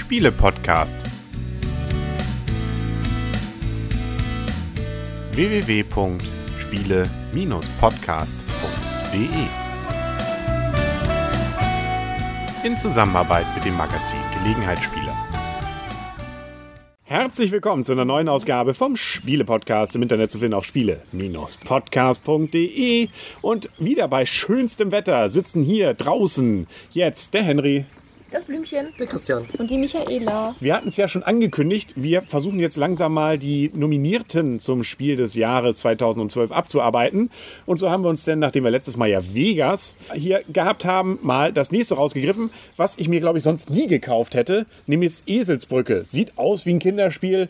Spiele-Podcast. www.spiele-podcast.de in Zusammenarbeit mit dem Magazin Gelegenheitsspieler. Herzlich willkommen zu einer neuen Ausgabe vom Spiele-Podcast, im Internet zu finden auf spiele-podcast.de. Und wieder bei schönstem Wetter sitzen hier draußen jetzt der Henry, das Blümchen, der Christian und die Michaela. Wir hatten es ja schon angekündigt, wir versuchen jetzt langsam mal die Nominierten zum Spiel des Jahres 2012 abzuarbeiten. Und so haben wir uns denn, nachdem wir letztes Mal ja Vegas hier gehabt haben, mal das nächste rausgegriffen, was ich mir, glaube ich, sonst nie gekauft hätte, nämlich das Eselsbrücke. Sieht aus wie ein Kinderspiel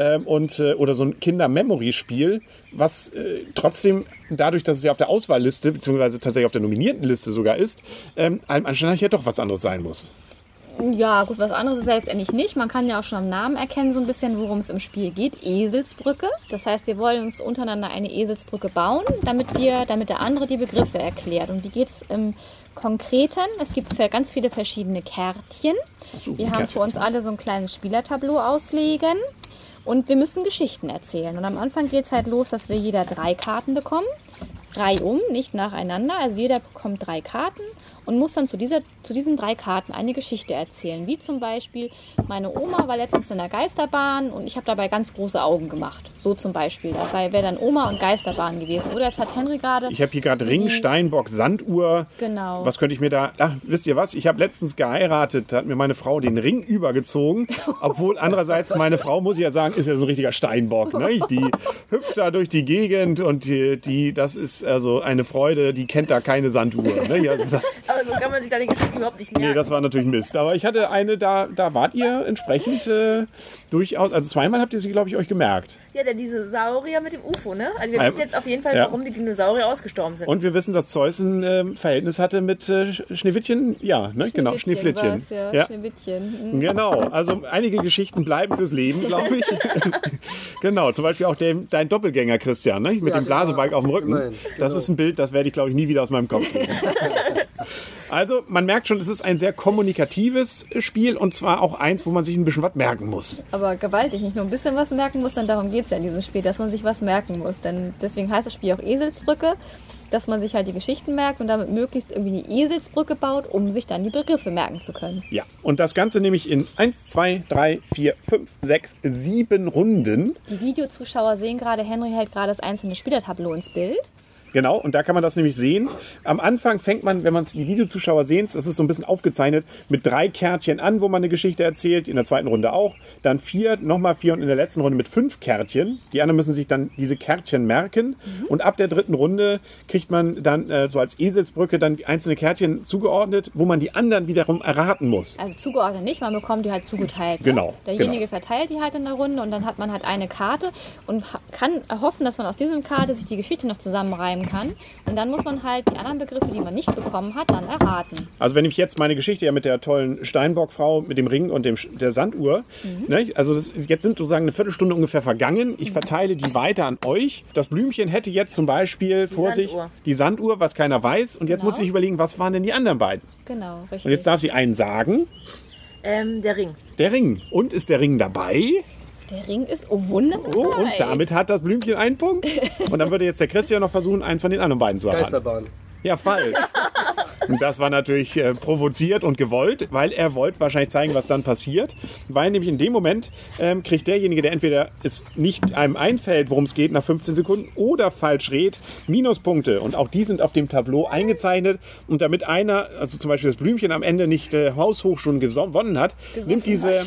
oder so ein Kinder-Memory-Spiel, was trotzdem, dadurch, dass es ja auf der Auswahlliste, beziehungsweise tatsächlich auf der Nominiertenliste sogar ist, allem Anschein nach ja doch was anderes sein muss. Ja, gut, was anderes ist ja letztendlich nicht. Man kann ja auch schon am Namen erkennen, so ein bisschen, worum es im Spiel geht. Eselsbrücke. Das heißt, wir wollen uns untereinander eine Eselsbrücke bauen, damit der andere die Begriffe erklärt. Und wie geht es im Konkreten? Es gibt ganz viele verschiedene Kärtchen. Wir haben für uns alle so ein kleines Spielertableau auslegen. Und wir müssen Geschichten erzählen. Und am Anfang geht es halt los, dass wir jeder 3 Karten bekommen. Reihum, nicht nacheinander. Also jeder bekommt 3 Karten und muss dann zu diesen 3 Karten eine Geschichte erzählen. Wie zum Beispiel, meine Oma war letztens in der Geisterbahn und ich habe dabei ganz große Augen gemacht. So zum Beispiel. Dabei wäre dann Oma und Geisterbahn gewesen. Oder es hat Henry gerade... Ich habe hier gerade Ring, Steinbock, Sanduhr. Genau. Was könnte ich mir da... Ach, wisst ihr was? Ich habe letztens geheiratet, da hat mir meine Frau den Ring übergezogen. Obwohl andererseits, meine Frau, muss ich ja sagen, ist ja so ein richtiger Steinbock. Ne? Die hüpft da durch die Gegend und das ist also eine Freude, die kennt da keine Sanduhr. Ne? Also aber so kann man sich da die Geschichte überhaupt nicht merken. Nee, das war natürlich Mist. Aber ich hatte eine, da wart ihr entsprechend durchaus, also zweimal habt ihr sie, glaube ich, euch gemerkt. Ja, der Dinosaurier mit dem UFO, ne? Also wir wissen jetzt auf jeden Fall, warum die Dinosaurier ausgestorben sind. Und wir wissen, dass Zeus ein Verhältnis hatte mit Schneewittchen. Ja, ne? Genau, Schneeflittchen. Ja. Schneewittchen. Mhm. Genau, also einige Geschichten bleiben fürs Leben, glaube ich. Genau, zum Beispiel auch dein Doppelgänger, Christian, ne? Mit dem Blasebalg auf dem Rücken. Nein, Das ist ein Bild, das werde ich, glaube ich, nie wieder aus meinem Kopf kriegen. Also, man merkt schon, es ist ein sehr kommunikatives Spiel und zwar auch eins, wo man sich ein bisschen was merken muss. Aber gewaltig, nicht nur ein bisschen was merken muss, denn darum geht es ja in diesem Spiel, dass man sich was merken muss. Denn deswegen heißt das Spiel auch Eselsbrücke, dass man sich halt die Geschichten merkt und damit möglichst irgendwie eine Eselsbrücke baut, um sich dann die Begriffe merken zu können. Ja, und das Ganze nämlich in 1, 2, 3, 4, 5, 6, 7 Runden. Die Videozuschauer sehen gerade, Henry hält gerade das einzelne Spielertableau ins Bild. Genau, und da kann man das nämlich sehen. Am Anfang fängt man, wenn man es die Videozuschauer sehen, das ist so ein bisschen aufgezeichnet, mit 3 Kärtchen an, wo man eine Geschichte erzählt, in der zweiten Runde auch. Dann 4, nochmal 4 und in der letzten Runde mit 5 Kärtchen. Die anderen müssen sich dann diese Kärtchen merken. Und ab der 3. Runde kriegt man dann so als Eselsbrücke dann einzelne Kärtchen zugeordnet, wo man die anderen wiederum erraten muss. Also zugeordnet nicht, man bekommt die halt zugeteilt. Ne? Genau. Derjenige verteilt die halt in der Runde und dann hat man halt eine Karte und kann erhoffen, dass man aus diesem Karte sich die Geschichte noch zusammenreimen kann. Und dann muss man halt die anderen Begriffe, die man nicht bekommen hat, dann erraten. Also wenn ich jetzt meine Geschichte ja mit der tollen Steinbock-Frau, mit dem Ring und der Sanduhr, ne, also jetzt sind sozusagen eine Viertelstunde ungefähr vergangen. Ich verteile die weiter an euch. Das Blümchen hätte jetzt zum Beispiel vor sich die Sanduhr, was keiner weiß. Und jetzt muss ich überlegen, was waren denn die anderen beiden? Genau, richtig. Und jetzt darf sie einen sagen. Der Ring. Der Ring. Und ist der Ring dabei? Der Ring ist, oh wunderbar. Oh, und damit hat das Blümchen einen Punkt. Und dann würde jetzt der Christian noch versuchen, eins von den anderen beiden zu erraten. Geisterbahn. Ja, falsch. Und das war natürlich provoziert und gewollt, weil er wollte wahrscheinlich zeigen, was dann passiert. Weil nämlich in dem Moment kriegt derjenige, der entweder es nicht einem einfällt, worum es geht, nach 15 Sekunden oder falsch rät, Minuspunkte. Und auch die sind auf dem Tableau eingezeichnet. Und damit einer, also zum Beispiel das Blümchen am Ende nicht haushoch schon gewonnen hat, nimmt diese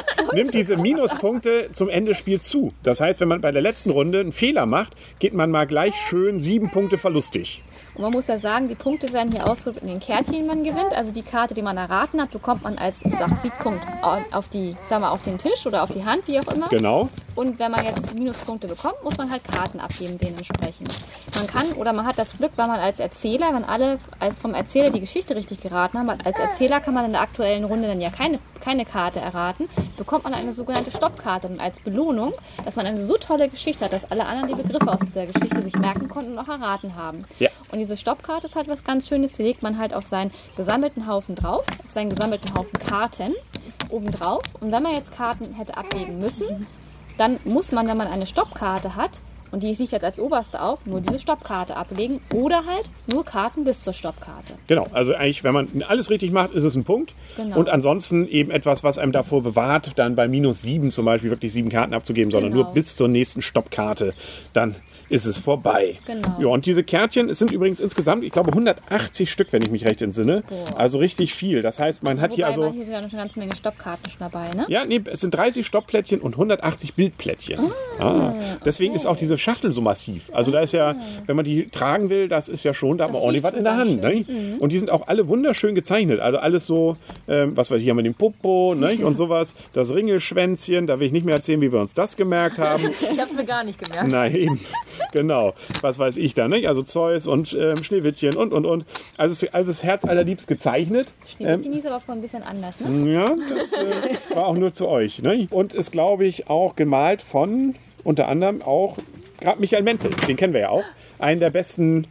Minuspunkte zum Ende Spiel zu. Das heißt, wenn man bei der letzten Runde einen Fehler macht, geht man mal gleich schön 7 Punkte verlustig. Und man muss ja sagen, die Punkte werden hier ausgedrückt in den Kärtchen, die man gewinnt. Also die Karte, die man erraten hat, bekommt man als Siegpunkt auf den Tisch oder auf die Hand, wie auch immer. Genau. Und wenn man jetzt Minuspunkte bekommt, muss man halt Karten abgeben, denen entsprechend. Man kann, oder man hat das Glück, weil man als Erzähler, wenn alle vom Erzähler die Geschichte richtig geraten haben, als Erzähler kann man in der aktuellen Runde dann ja keine Karte erraten, bekommt man eine sogenannte Stoppkarte und als Belohnung, dass man eine so tolle Geschichte hat, dass alle anderen die Begriffe aus dieser Geschichte sich merken konnten und auch erraten haben. Ja. Und diese Stoppkarte ist halt was ganz Schönes, die legt man halt auf seinen gesammelten Haufen drauf, auf seinen gesammelten Haufen Karten. obendrauf. Und wenn man jetzt Karten hätte ablegen müssen, dann muss man, wenn man eine Stoppkarte hat, und die liegt jetzt als oberste auf, nur diese Stoppkarte ablegen oder halt nur Karten bis zur Stoppkarte. Genau, also eigentlich, wenn man alles richtig macht, ist es ein Punkt. Genau. Und ansonsten eben etwas, was einem davor bewahrt, dann bei -7 zum Beispiel wirklich 7 Karten abzugeben, sondern nur bis zur nächsten Stoppkarte. Dann ist es vorbei. Genau. Ja, und diese Kärtchen, es sind übrigens insgesamt, ich glaube, 180 Stück, wenn ich mich recht entsinne. Boah. Also richtig viel. Das heißt, man hat hier also... Hier sind ja noch eine ganze Menge Stoppkarten schon dabei, ne? Ja, nee, es sind 30 Stoppplättchen und 180 Bildplättchen. Deswegen ist auch diese Schachtel so massiv. Also da ist ja, wenn man die tragen will, das ist ja schon, da hat man ordentlich was in der Hand. Ne? Und die sind auch alle wunderschön gezeichnet. Also alles so, was wir hier haben mit dem Popo, ne? Und sowas. Das Ringelschwänzchen, da will ich nicht mehr erzählen, wie wir uns das gemerkt haben. Ich hab's mir gar nicht gemerkt. Nein, genau. Was weiß ich da, ne? Also Zeus und Schneewittchen und. Also es ist alles herzallerliebst gezeichnet. Schneewittchen hieß aber vorhin ein bisschen anders, ne? Ja, das war auch nur zu euch. Ne? Und ist, glaube ich, auch gemalt von unter anderem auch gerade Michael Menzel. Den kennen wir ja auch. Einen der besten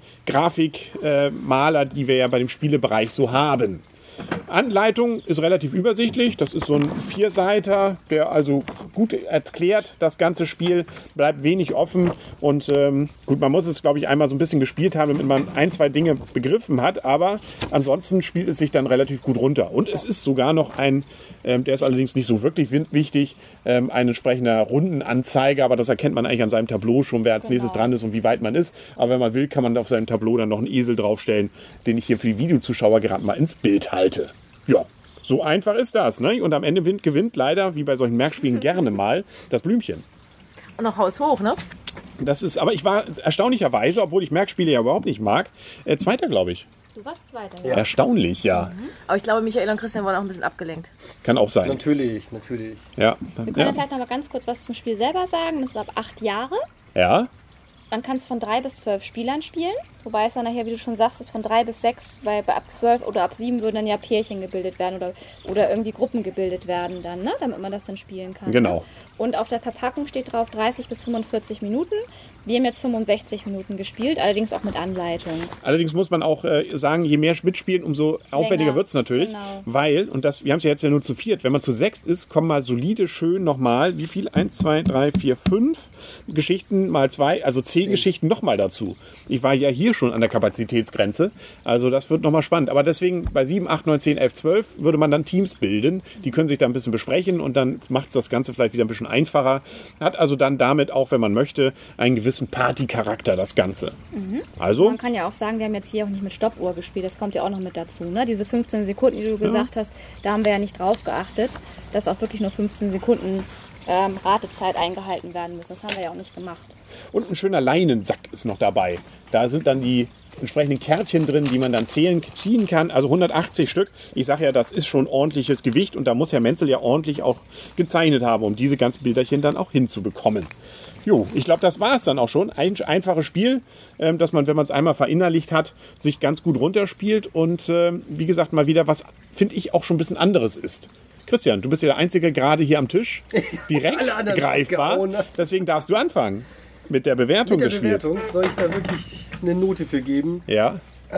Grafikmaler, die wir ja bei dem Spielebereich so haben. Anleitung ist relativ übersichtlich. Das ist so ein 4-Seiter, der also gut erklärt das ganze Spiel, bleibt wenig offen und gut, man muss es, glaube ich, einmal so ein bisschen gespielt haben, damit man ein, zwei Dinge begriffen hat, aber ansonsten spielt es sich dann relativ gut runter. Und es ist sogar noch ein, der ist allerdings nicht so wirklich wichtig, ein entsprechender Rundenanzeiger, aber das erkennt man eigentlich an seinem Tableau schon, wer als nächstes dran ist und wie weit man ist. Aber wenn man will, kann man auf seinem Tableau dann noch einen Esel draufstellen, den ich hier für die Videozuschauer gerade mal ins Bild halte. Ja, so einfach ist das. Ne? Und am Ende gewinnt leider, wie bei solchen Merkspielen, gerne mal das Blümchen. Und noch haushoch, ne? Das ist, aber ich war erstaunlicherweise, obwohl ich Merkspiele ja überhaupt nicht mag, Zweiter, glaube ich. Du warst Zweiter, ja. Erstaunlich, ja. Aber ich glaube, Michael und Christian waren auch ein bisschen abgelenkt. Kann auch sein. Natürlich. Ja. Wir können vielleicht noch mal ganz kurz was zum Spiel selber sagen. Das ist ab 8 Jahre. Ja. Man kann es von 3 bis 12 Spielern spielen. Wobei es dann nachher, wie du schon sagst, ist von 3 bis 6, weil ab 12 oder ab 7 würden dann ja Pärchen gebildet werden oder irgendwie Gruppen gebildet werden dann, ne? Damit man das dann spielen kann. Genau. Ne? Und auf der Verpackung steht drauf 30 bis 45 Minuten. Wir haben jetzt 65 Minuten gespielt, allerdings auch mit Anleitung. Allerdings muss man auch sagen, je mehr mitspielen, umso aufwendiger wird es natürlich. Genau. Weil, und das, wir haben es ja jetzt ja nur zu 4, wenn man zu 6 ist, kommen mal solide schön nochmal, wie viel? 1, 2, 3, 4, 5 Geschichten mal 2, also 10 Geschichten nochmal dazu. Ich war ja hier schon an der Kapazitätsgrenze, also das wird nochmal spannend. Aber deswegen bei 7, 8, 9, 10, 11, 12 würde man dann Teams bilden. Die können sich da ein bisschen besprechen und dann macht es das Ganze vielleicht wieder ein bisschen einfacher. Hat also dann damit auch, wenn man möchte, einen gewissen Party-Charakter, das Ganze. Also, man kann ja auch sagen, wir haben jetzt hier auch nicht mit Stoppuhr gespielt, das kommt ja auch noch mit dazu. Ne? Diese 15 Sekunden, die du gesagt hast, da haben wir ja nicht drauf geachtet, dass auch wirklich nur 15 Sekunden Ratezeit eingehalten werden müssen. Das haben wir ja auch nicht gemacht. Und ein schöner Leinensack ist noch dabei. Da sind dann die entsprechenden Kärtchen drin, die man dann ziehen kann. Also 180 Stück. Ich sage ja, das ist schon ordentliches Gewicht und da muss Herr Menzel ja ordentlich auch gezeichnet haben, um diese ganzen Bilderchen dann auch hinzubekommen. Jo, ich glaube, das war es dann auch schon. Ein einfaches Spiel, dass man, wenn man es einmal verinnerlicht hat, sich ganz gut runterspielt und wie gesagt, mal wieder was, finde ich, auch schon ein bisschen anderes ist. Christian, du bist ja der Einzige gerade hier am Tisch, direkt greifbar. Deswegen darfst du anfangen mit der Bewertung des Spiels. Bewertung, soll ich da wirklich eine Note für geben? Ja.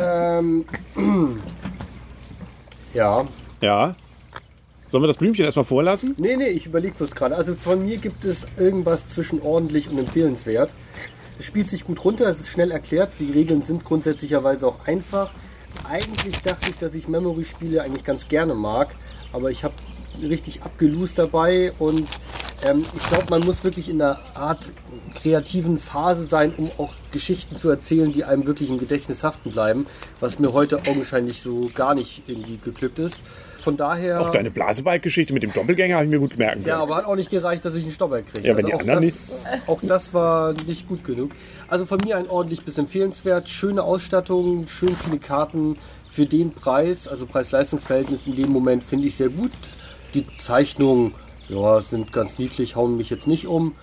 Ja. Ja. Sollen wir das Blümchen erstmal vorlassen? Nee, ich überlege bloß gerade. Also von mir gibt es irgendwas zwischen ordentlich und empfehlenswert. Es spielt sich gut runter, es ist schnell erklärt. Die Regeln sind grundsätzlicherweise auch einfach. Eigentlich dachte ich, dass ich Memory-Spiele eigentlich ganz gerne mag, aber ich habe richtig abgelost dabei und ich glaube, man muss wirklich in einer Art kreativen Phase sein, um auch Geschichten zu erzählen, die einem wirklich im Gedächtnis haften bleiben, was mir heute augenscheinlich so gar nicht irgendwie geglückt ist. Von daher... Auch deine Blasebalg-Geschichte mit dem Doppelgänger habe ich mir gut merken können. Ja, aber hat auch nicht gereicht, dass ich einen Stopper kriege. Ja, wenn die anderen nicht... Auch das war nicht gut genug. Also von mir ein ordentlich bis empfehlenswert. Schöne Ausstattung, schön viele Karten für den Preis. Also Preis-Leistungs-Verhältnis in dem Moment finde ich sehr gut. Die Zeichnungen sind ganz niedlich, hauen mich jetzt nicht um.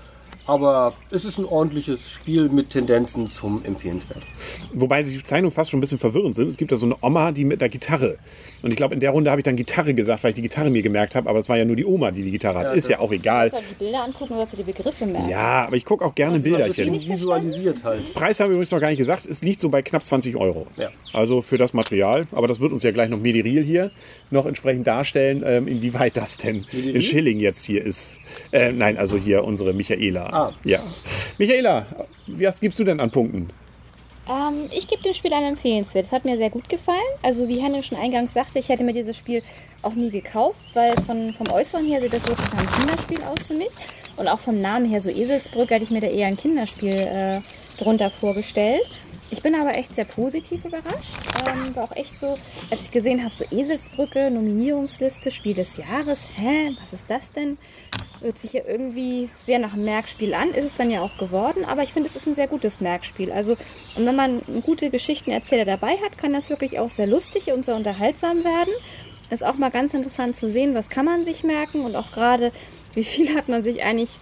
Aber es ist ein ordentliches Spiel mit Tendenzen zum empfehlenswert. Wobei die Zeichnungen fast schon ein bisschen verwirrend sind. Es gibt da so eine Oma, die mit der Gitarre. Und ich glaube, in der Runde habe ich dann Gitarre gesagt, weil ich die Gitarre mir gemerkt habe. Aber es war ja nur die Oma, die Gitarre hat. Ist ja auch egal. Du musst halt die Bilder angucken, du hast die Begriffe merken. Ja, aber ich gucke auch gerne Bilderchen. Visualisiert halt. Preis haben wir übrigens noch gar nicht gesagt. Es liegt so bei knapp 20 €. Ja. Also für das Material. Aber das wird uns ja gleich noch Medireal hier noch entsprechend darstellen, inwieweit das denn in Schilling jetzt hier ist. Nein, also hier unsere Michaela. Ja. Michaela, was gibst du denn an Punkten? Ich gebe dem Spiel einen Empfehlenswert. Es hat mir sehr gut gefallen. Also wie Henrik schon eingangs sagte, ich hätte mir dieses Spiel auch nie gekauft, weil vom Äußeren her sieht das wirklich nach einem Kinderspiel aus für mich. Und auch vom Namen her, so Eselsbrücke, hätte ich mir da eher ein Kinderspiel drunter vorgestellt. Ich bin aber echt sehr positiv überrascht. War auch echt so, als ich gesehen habe, so Eselsbrücke, Nominierungsliste, Spiel des Jahres. Was ist das denn? Hört sich ja irgendwie sehr nach einem Merkspiel an. Ist es dann ja auch geworden, aber ich finde, es ist ein sehr gutes Merkspiel. Also, und wenn man gute Geschichtenerzähler dabei hat, kann das wirklich auch sehr lustig und sehr unterhaltsam werden. Ist auch mal ganz interessant zu sehen, was kann man sich merken und auch gerade, wie viel hat man sich eigentlich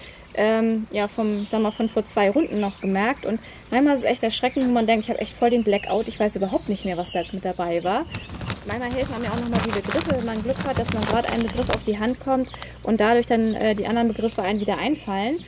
von vor 2 Runden noch gemerkt. Und manchmal ist es echt erschreckend, wo man denkt, ich habe echt voll den Blackout, ich weiß überhaupt nicht mehr, was da jetzt mit dabei war. Manchmal helfen einem ja auch nochmal die Begriffe, wenn man Glück hat, dass man gerade einen Begriff auf die Hand kommt und dadurch dann die anderen Begriffe einem wieder einfallen.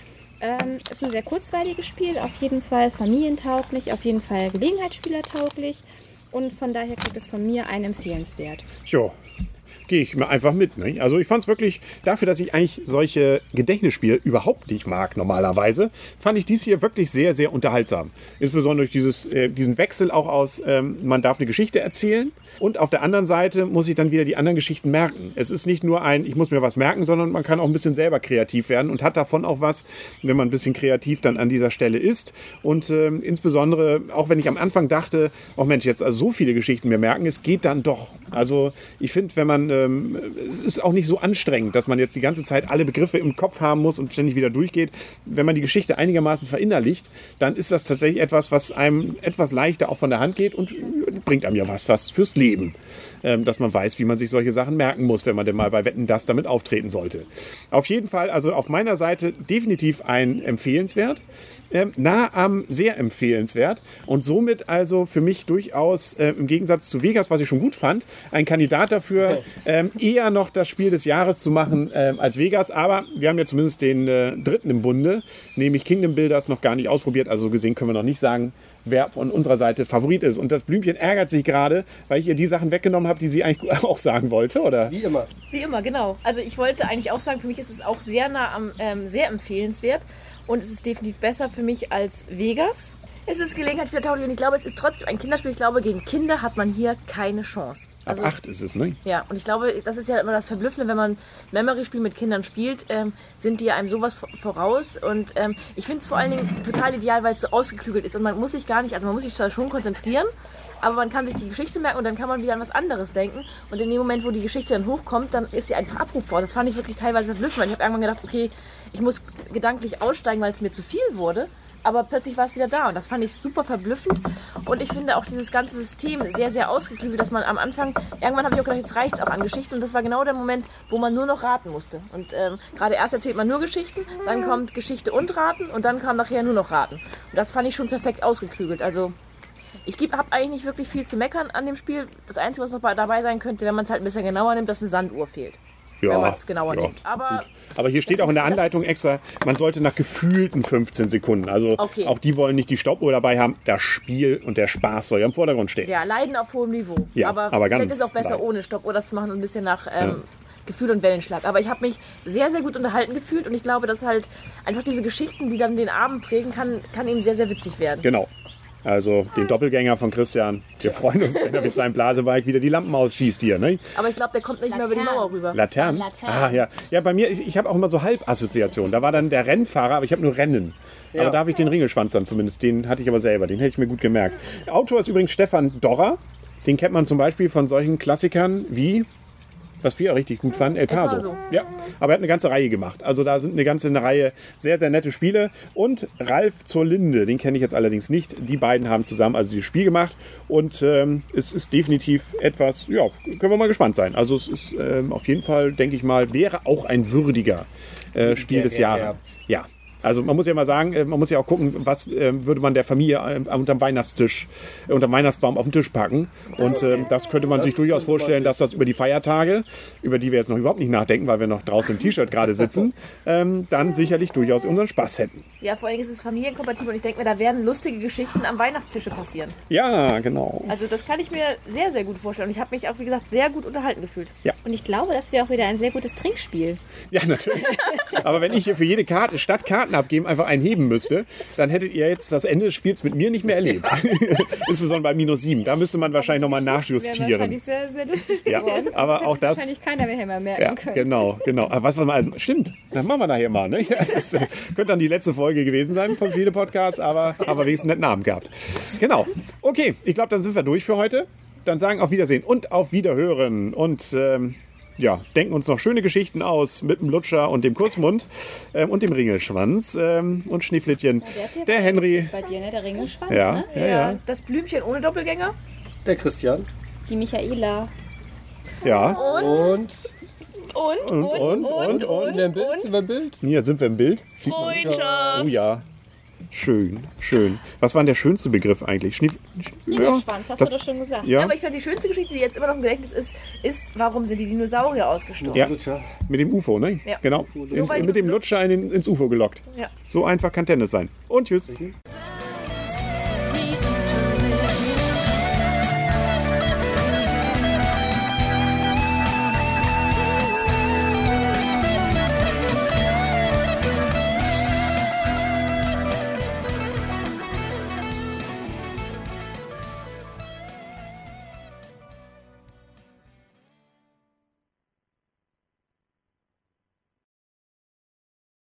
Ist ein sehr kurzweiliges Spiel, auf jeden Fall familientauglich, auf jeden Fall gelegenheitsspielertauglich und von daher kriegt es von mir einen Empfehlenswert. Jo. Gehe ich mir einfach mit. Ne? Also ich fand es wirklich, dafür, dass ich eigentlich solche Gedächtnisspiele überhaupt nicht mag normalerweise, fand ich dies hier wirklich sehr, sehr unterhaltsam. Insbesondere durch diesen Wechsel auch aus, man darf eine Geschichte erzählen und auf der anderen Seite muss ich dann wieder die anderen Geschichten merken. Es ist nicht nur ich muss mir was merken, sondern man kann auch ein bisschen selber kreativ werden und hat davon auch was, wenn man ein bisschen kreativ dann an dieser Stelle ist. Und insbesondere, auch wenn ich am Anfang dachte, oh Mensch, jetzt also so viele Geschichten mir merken, es geht dann doch. Also ich finde, wenn man es ist auch nicht so anstrengend, dass man jetzt die ganze Zeit alle Begriffe im Kopf haben muss und ständig wieder durchgeht. Wenn man die Geschichte einigermaßen verinnerlicht, dann ist das tatsächlich etwas, was einem etwas leichter auch von der Hand geht und bringt einem ja was fürs Leben. Dass man weiß, wie man sich solche Sachen merken muss, wenn man denn mal bei Wetten, dass damit auftreten sollte. Auf jeden Fall, also auf meiner Seite definitiv ein empfehlenswert. Nah am sehr empfehlenswert und somit also für mich durchaus im Gegensatz zu Vegas, was ich schon gut fand, ein Kandidat dafür, eher noch das Spiel des Jahres zu machen als Vegas. Aber wir haben ja zumindest den dritten im Bunde, nämlich Kingdom Builders, noch gar nicht ausprobiert. Also so gesehen können wir noch nicht sagen, wer von unserer Seite Favorit ist. Und das Blümchen ärgert sich gerade, weil ich ihr die Sachen weggenommen habe, die sie eigentlich auch sagen wollte, oder? Wie immer. Wie immer, genau. Also ich wollte eigentlich auch sagen, für mich ist es auch sehr nah am sehr empfehlenswert. Und es ist definitiv besser für mich als Vegas. Es ist gelegenheitsspielertauglich und ich glaube, es ist trotzdem ein Kinderspiel. Ich glaube, gegen Kinder hat man hier keine Chance. Also, ab 8 ist es, ne? Ja, und ich glaube, das ist ja immer das Verblüffende, wenn man Memory-Spiel mit Kindern spielt, sind die einem sowas voraus. Und ich finde es vor allen Dingen total ideal, weil es so ausgeklügelt ist. Und man muss sich zwar schon konzentrieren, aber man kann sich die Geschichte merken und dann kann man wieder an was anderes denken. Und in dem Moment, wo die Geschichte dann hochkommt, dann ist sie einfach abrufbar. Das fand ich wirklich teilweise verblüffend, weil ich habe irgendwann gedacht, okay, ich muss gedanklich aussteigen, weil es mir zu viel wurde. Aber plötzlich war es wieder da und das fand ich super verblüffend. Und ich finde auch dieses ganze System sehr, sehr ausgeklügelt, dass man am Anfang, irgendwann habe ich auch gedacht, jetzt reicht es auch an Geschichten. Und das war genau der Moment, wo man nur noch raten musste. Und gerade erst erzählt man nur Geschichten, dann kommt Geschichte und Raten und dann kam nachher nur noch Raten. Und das fand ich schon perfekt ausgeklügelt. Also ich habe eigentlich nicht wirklich viel zu meckern an dem Spiel. Das Einzige, was noch dabei sein könnte, wenn man es halt ein bisschen genauer nimmt, dass eine Sanduhr fehlt. Ja, wenn man es genauer nimmt. Aber hier steht auch in der Anleitung extra, man sollte nach gefühlten 15 Sekunden, also okay. Auch die wollen nicht die Stoppuhr dabei haben, das Spiel und der Spaß soll ja im Vordergrund stehen. Ja, Leiden auf hohem Niveau. Ja, aber vielleicht ist es auch besser ohne Stoppuhr, das zu machen, ein bisschen nach Gefühl und Wellenschlag. Aber ich habe mich sehr, sehr gut unterhalten gefühlt und ich glaube, dass halt einfach diese Geschichten, die dann den Abend prägen, kann eben sehr, sehr witzig werden. Genau. Also den Doppelgänger von Christian. Wir freuen uns, wenn er mit seinem Blasebike wieder die Lampen ausschießt hier. Ne? Aber ich glaube, der kommt nicht mehr über die Mauer rüber. Laternen? Ah, ja. Ja, bei mir, ich habe auch immer so Halbassoziationen. Da war dann der Rennfahrer, aber ich habe nur Rennen. Ja. Aber da habe ich den Ringelschwanz dann zumindest. Den hatte ich aber selber. Den hätte ich mir gut gemerkt. Autor ist übrigens Stefan Dorrer. Den kennt man zum Beispiel von solchen Klassikern wie... Was wir richtig gut fanden, El Paso. Ja, aber er hat eine ganze Reihe gemacht. Also da sind eine ganze Reihe sehr, sehr nette Spiele. Und Ralf zur Linde, den kenne ich jetzt allerdings nicht. Die beiden haben zusammen also dieses Spiel gemacht. Und es ist definitiv etwas, ja, können wir mal gespannt sein. Also es ist auf jeden Fall, denke ich mal, wäre auch ein würdiger Spiel des Jahres. Ja. Also man muss ja mal sagen, man muss ja auch gucken, was würde man der Familie unterm Weihnachtstisch, unterm Weihnachtsbaum auf den Tisch packen. Und das könnte man sich durchaus vorstellen, dass das über die Feiertage, über die wir jetzt noch überhaupt nicht nachdenken, weil wir noch draußen im T-Shirt gerade sitzen, dann sicherlich durchaus unseren Spaß hätten. Ja, vor allem ist es familienkompatibel und ich denke mir, da werden lustige Geschichten am Weihnachtstische passieren. Ja, genau. Also das kann ich mir sehr, sehr gut vorstellen. Und ich habe mich auch, wie gesagt, sehr gut unterhalten gefühlt. Und ich glaube, das wäre auch wieder ein sehr gutes Trinkspiel. Ja, natürlich. Aber wenn ich hier für jede Karte, statt Karten abgeben, einfach einen heben müsste, dann hättet ihr jetzt das Ende des Spiels mit mir nicht mehr erlebt. Insbesondere bei -7. Da müsste man wahrscheinlich nochmal nachjustieren. Wahrscheinlich sehr, sehr lustig geworden. Ja, aber auch das... wahrscheinlich keiner mehr merken Ja, können. genau. Aber was wir mal... Stimmt, das machen wir nachher mal. Ne? Das könnte dann die letzte Folge gewesen sein von viele Podcasts, aber wenigstens einen netten Abend gehabt. Genau. Okay, ich glaube, dann sind wir durch für heute. Dann sagen auf Wiedersehen und auf Wiederhören. Und denken uns noch schöne Geschichten aus mit dem Lutscher und dem Kussmund und dem Ringelschwanz und Schneeflittchen. Der Henry. Bei dir, ne? Der Ringelschwanz, Ja, ne? ja. Das Blümchen ohne Doppelgänger. Der Christian. Die Michaela. Ja. Und Und. sind wir im Bild? Sind wir im Bild? Hier sind wir im Bild. Sieht man. Freundschaft. Oh ja. Schön. Was war denn der schönste Begriff eigentlich? Ringelschwanz, hast du doch schon gesagt. Ja, Aber ich fand die schönste Geschichte, die jetzt immer noch im Gedächtnis ist, warum sind die Dinosaurier ausgestorben? Ja. Lutscher. Mit dem UFO, ne? Ja. Genau. Mit dem Lutscher ins UFO gelockt. Ja. So einfach kann Tennis sein. Und tschüss.